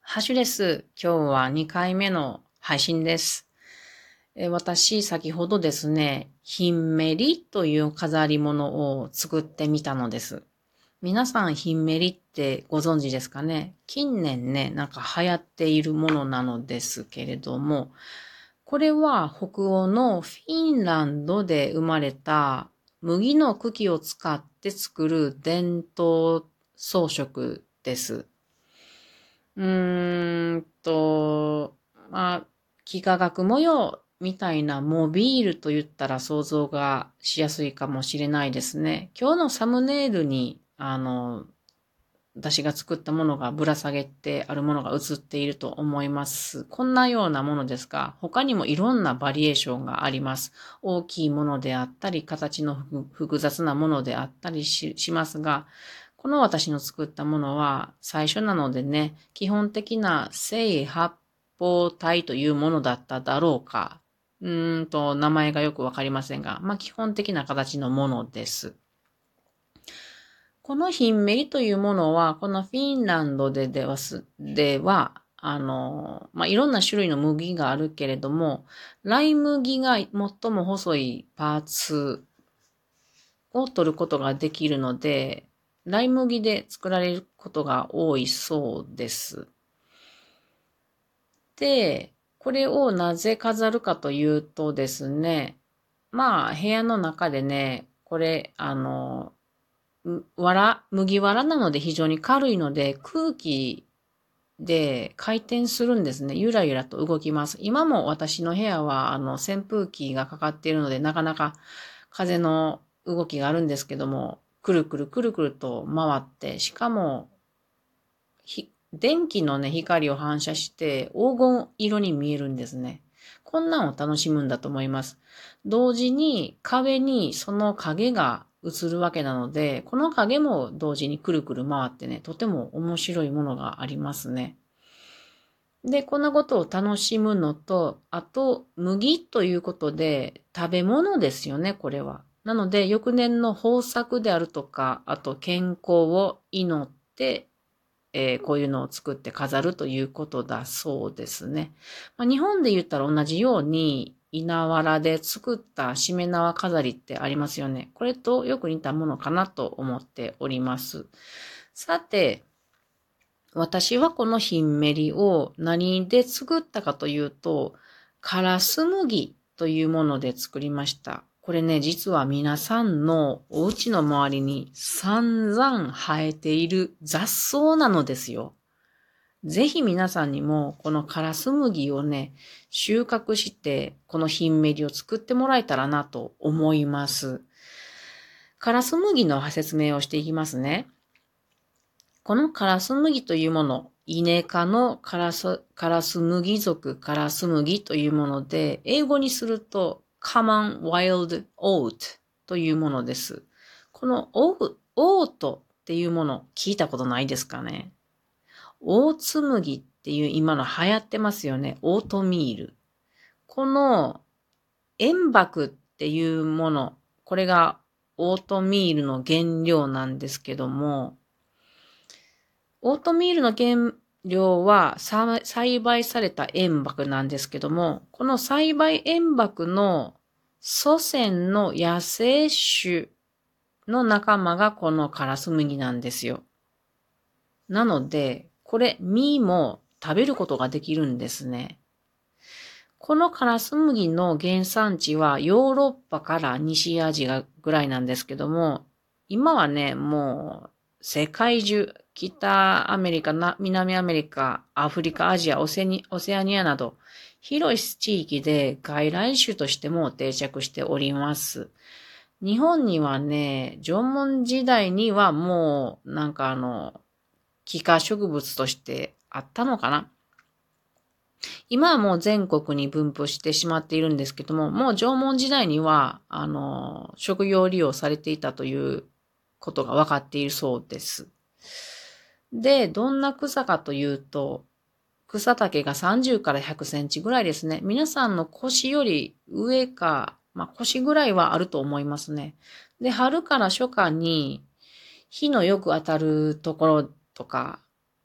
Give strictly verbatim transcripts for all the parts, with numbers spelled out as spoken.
ハッシュです。今日はにかいめの配信です。え私、先ほどですね、ヒンメリという飾り物を作ってみたのです。皆さん、ヒンメリってご存知ですかね？近年ね、なんか流行っているものなのですけれども、これは北欧のフィンランドで生まれた麦の茎を使って作る伝統装飾です。うーんと、まあ、幾何学模様みたいなモビールと言ったら想像がしやすいかもしれないですね。今日のサムネイルに、あの、私が作ったものがぶら下げてあるものが映っていると思います。こんなようなものですが、他にもいろんなバリエーションがあります。大きいものであったり、形の複雑なものであったり し, しますが、この私の作ったものは最初なのでね、基本的な正八方体というものだっただろうか。うーんと、名前がよくわかりませんが、まあ基本的な形のものです。このヒンメリというものは、このフィンランドででは、ではあの、まあ、いろんな種類の麦があるけれども、ライ麦が最も細いパーツを取ることができるので、ライ麦で作られることが多いそうです。で、これをなぜ飾るかというとですね、まあ、部屋の中でね、これ、あの、わら、麦わらなので非常に軽いので空気で回転するんですね。ゆらゆらと動きます。今も私の部屋はあの扇風機がかかっているのでなかなか風の動きがあるんですけども、くるくるくるくると回って、しかも電気のね、光を反射して黄金色に見えるんですね。こんなんを楽しむんだと思います。同時に壁にその影が映るわけなので、この影も同時にくるくる回ってね、とても面白いものがありますね。で、こんなことを楽しむのと、あと、麦ということで、食べ物ですよね、これは。なので、翌年の豊作であるとか、あと健康を祈って、えーこういうのを作って飾るということだそうですね。まあ、日本で言ったら同じように稲わらで作ったしめ縄飾りってありますよね。これとよく似たものかなと思っております。さて、私はこのヒンメリを何で作ったかというと、カラス麦というもので作りました。これね、実は皆さんのお家の周りに散々生えている雑草なのですよ。ぜひ皆さんにもこのカラス麦をね、収穫してこのヒンメリを作ってもらえたらなと思います。カラス麦の説明をしていきますね。このカラス麦というもの、イネ科のカラス、カラス麦属カラス麦というもので、英語にすると Common Wild Oat というものです。このオーオートっていうもの聞いたことないですかね？オーツ麦っていう今の流行ってますよね。オートミール。この塩爆っていうもの、これがオートミールの原料なんですけども、オートミールの原料は栽培された塩爆なんですけども、この栽培塩爆の祖先の野生種の仲間がこのカラス麦なんですよ。なので、これ、実も食べることができるんですね。このカラス麦の原産地はヨーロッパから西アジアぐらいなんですけども、今はね、もう世界中、北アメリカ、南アメリカ、アフリカ、アジア、オセニオセアニアなど、広い地域で外来種としても定着しております。日本にはね、縄文時代にはもう、なんかあの、幾何植物としてあったのかな。今はもう全国に分布してしまっているんですけども、もう縄文時代には、あの、食用利用されていたということが分かっているそうです。で、どんな草かというと、草丈がさんじゅうからひゃくセンチぐらいですね。皆さんの腰より上か、まあ腰ぐらいはあると思いますね。で、春から初夏に日のよく当たるところとか、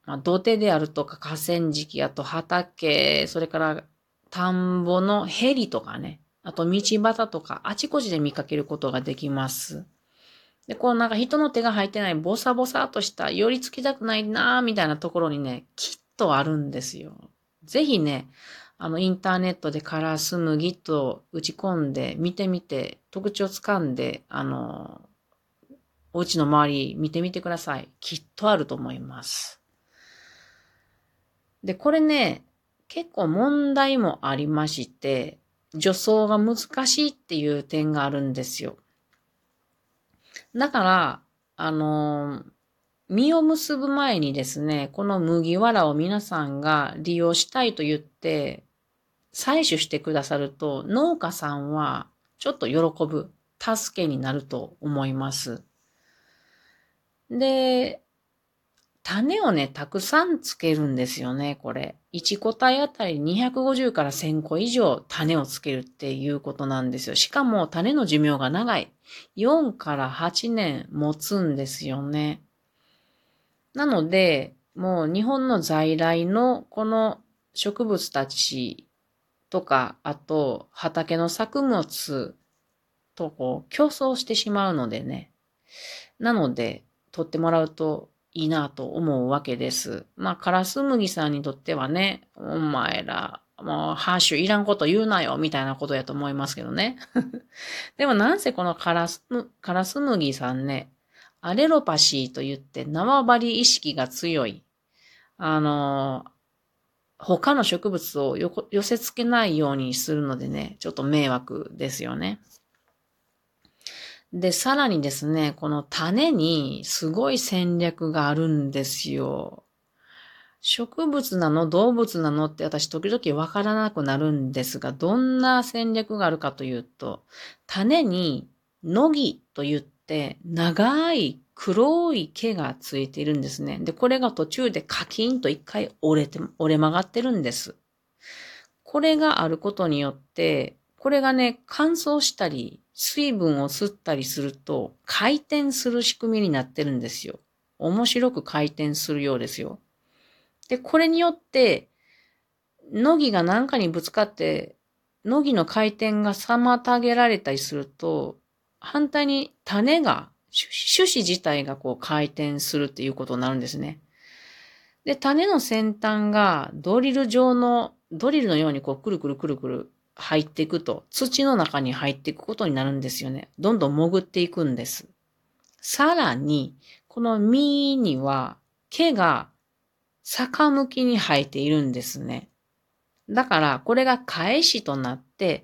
まあ、土手であるとか河川敷、あと畑、それから田んぼのヘリとかね、あと道端とかあちこちで見かけることができます。で、こうなんか人の手が入ってないボサボサとした寄り付きたくないなーみたいなところにね、きっとあるんですよ。ぜひね、あのインターネットでカラス麦と打ち込んで見てみて、特徴つかんで、あの、お家の周り見てみてください。きっとあると思います。で、これね、結構問題もありまして、除草が難しいっていう点があるんですよ。だから、あの、実を結ぶ前にですね、この麦わらを皆さんが利用したいと言って、採取してくださると、農家さんはちょっと喜ぶ、助けになると思います。で、種をね、たくさんつけるんですよね、これ。いち個体あたりにひゃくごじゅうからせんこ以上種をつけるっていうことなんですよ。しかも種の寿命が長い。よんからはちねん持つんですよね。なので、もう日本の在来のこの植物たちとか、あと畑の作物とこう競争してしまうのでね。なので、取ってもらうといいなと思うわけです。まあ、カラスムギさんにとってはね、お前ら、もうハッシュいらんこと言うなよ、みたいなことやと思いますけどね。でもなんせこのカラスム、カラスムギさんね、アレロパシーと言って縄張り意識が強い。あの、他の植物をよ寄せ付けないようにするのでね、ちょっと迷惑ですよね。で、さらにですね、この種にすごい戦略があるんですよ。植物なの動物なのって私時々わからなくなるんですが、どんな戦略があるかというと、種にノギと言って長い黒い毛がついているんですね。で、これが途中でカキンと一回折れて、折れ曲がってるんです。これがあることによって、これがね、乾燥したり、水分を吸ったりすると、回転する仕組みになってるんですよ。面白く回転するようですよ。で、これによって、ノギが何かにぶつかって、ノギの回転が妨げられたりすると、反対に種が、種子自体がこう回転するっていうことになるんですね。で、種の先端がドリル状の、ドリルのようにこうくるくるくるくる入っていくと、土の中に入っていくことになるんですよね。どんどん潜っていくんです。さらに、この実には毛が逆向きに生えているんですね。だから、これが返しとなって、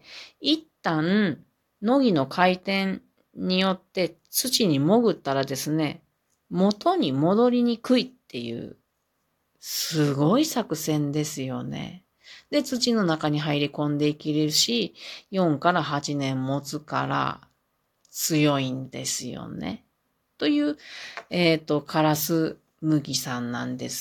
一旦、ノギの回転によって土に潜ったらですね、元に戻りにくいっていう、すごい作戦ですよね。で、土の中に入り込んでいけるし、よんからはちねん持つから強いんですよね。という、えっと、カラス麦さんなんです。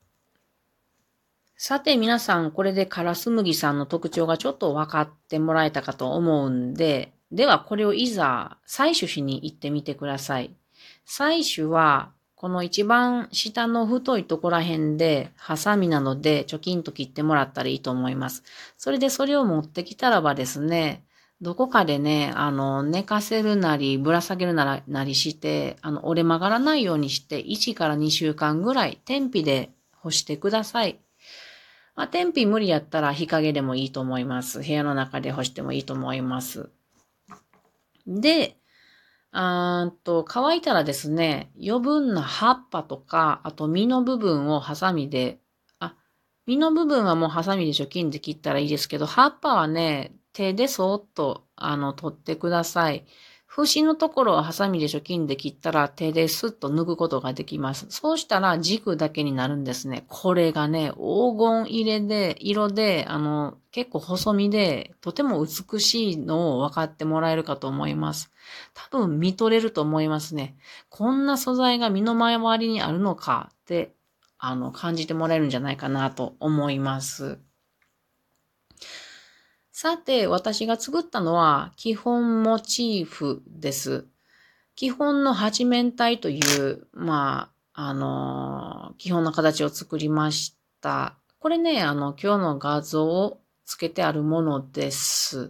さて皆さん、これでカラス麦さんの特徴がちょっと分かってもらえたかと思うんで、ではこれをいざ採取しに行ってみてください。採取は、この一番下の太いとこら辺で、ハサミなどでチョキンと切ってもらったらいいと思います。それでそれを持ってきたらばですね、どこかでね、あの、寝かせるなり、ぶら下げるなりして、あの、折れ曲がらないようにして、いちからにしゅうかんぐらい、天日で干してください。まあ、天日無理やったら日陰でもいいと思います。部屋の中で干してもいいと思います。で、あーんと、乾いたらですね、余分な葉っぱとか、あと実の部分をハサミで、あ、実の部分はもうハサミで除菌で切ったらいいですけど、葉っぱはね、手でそーっと、あの、取ってください。節のところをハサミで除菌で切ったら手でスッと抜くことができます。そうしたら軸だけになるんですね。これがね、黄金入れで、色で、あの、結構細身で、とても美しいのを分かってもらえるかと思います。多分見とれると思いますね。こんな素材が身の回りにあるのかって、あの、感じてもらえるんじゃないかなと思います。さて、私が作ったのは基本モチーフです。基本の八面体という、まあ、 あのー基本の形を作りました。これね、あの、今日の画像をつけてあるものです。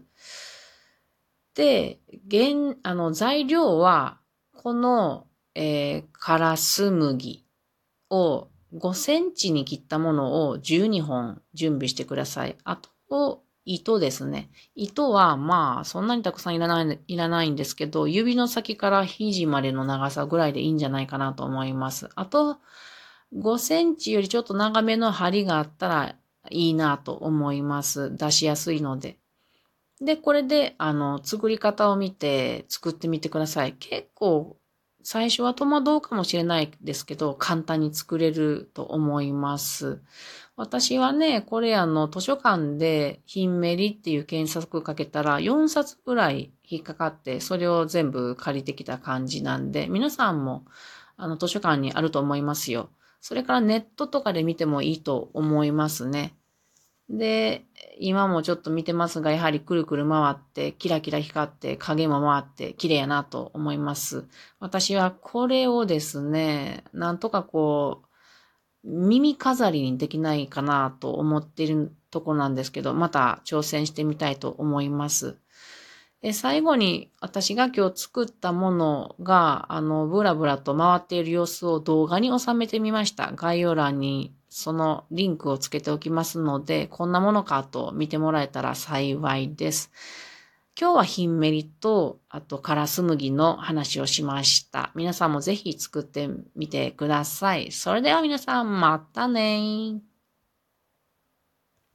で、原、あの、材料は、この、えー、カラス麦をごセンチに切ったものをじゅうにほん準備してください。あと、糸ですね。糸は、まあ、そんなにたくさんいらない、いらないんですけど、指の先から肘までの長さぐらいでいいんじゃないかなと思います。あと、ごセンチよりちょっと長めの針があったらいいなと思います。出しやすいので。で、これで、あの、作り方を見て作ってみてください。結構、最初は戸惑うかもしれないですけど、簡単に作れると思います。私はね、これあの、図書館で、ヒンメリっていう検索かけたら、よんさつぐらい引っかかって、それを全部借りてきた感じなんで、皆さんも、あの、図書館にあると思いますよ。それからネットとかで見てもいいと思いますね。で、今もちょっと見てますが、やはりくるくる回って、キラキラ光って、影も回って、綺麗やなと思います。私はこれをですね、なんとかこう、耳飾りにできないかなと思っているとこなんですけど、また挑戦してみたいと思います。で、最後に私が今日作ったものが、あの、ブラブラと回っている様子を動画に収めてみました。概要欄にそのリンクをつけておきますので、こんなものかと見てもらえたら幸いです。今日はヒンメリと、あとカラス麦の話をしました。皆さんもぜひ作ってみてください。それでは皆さん、またねー。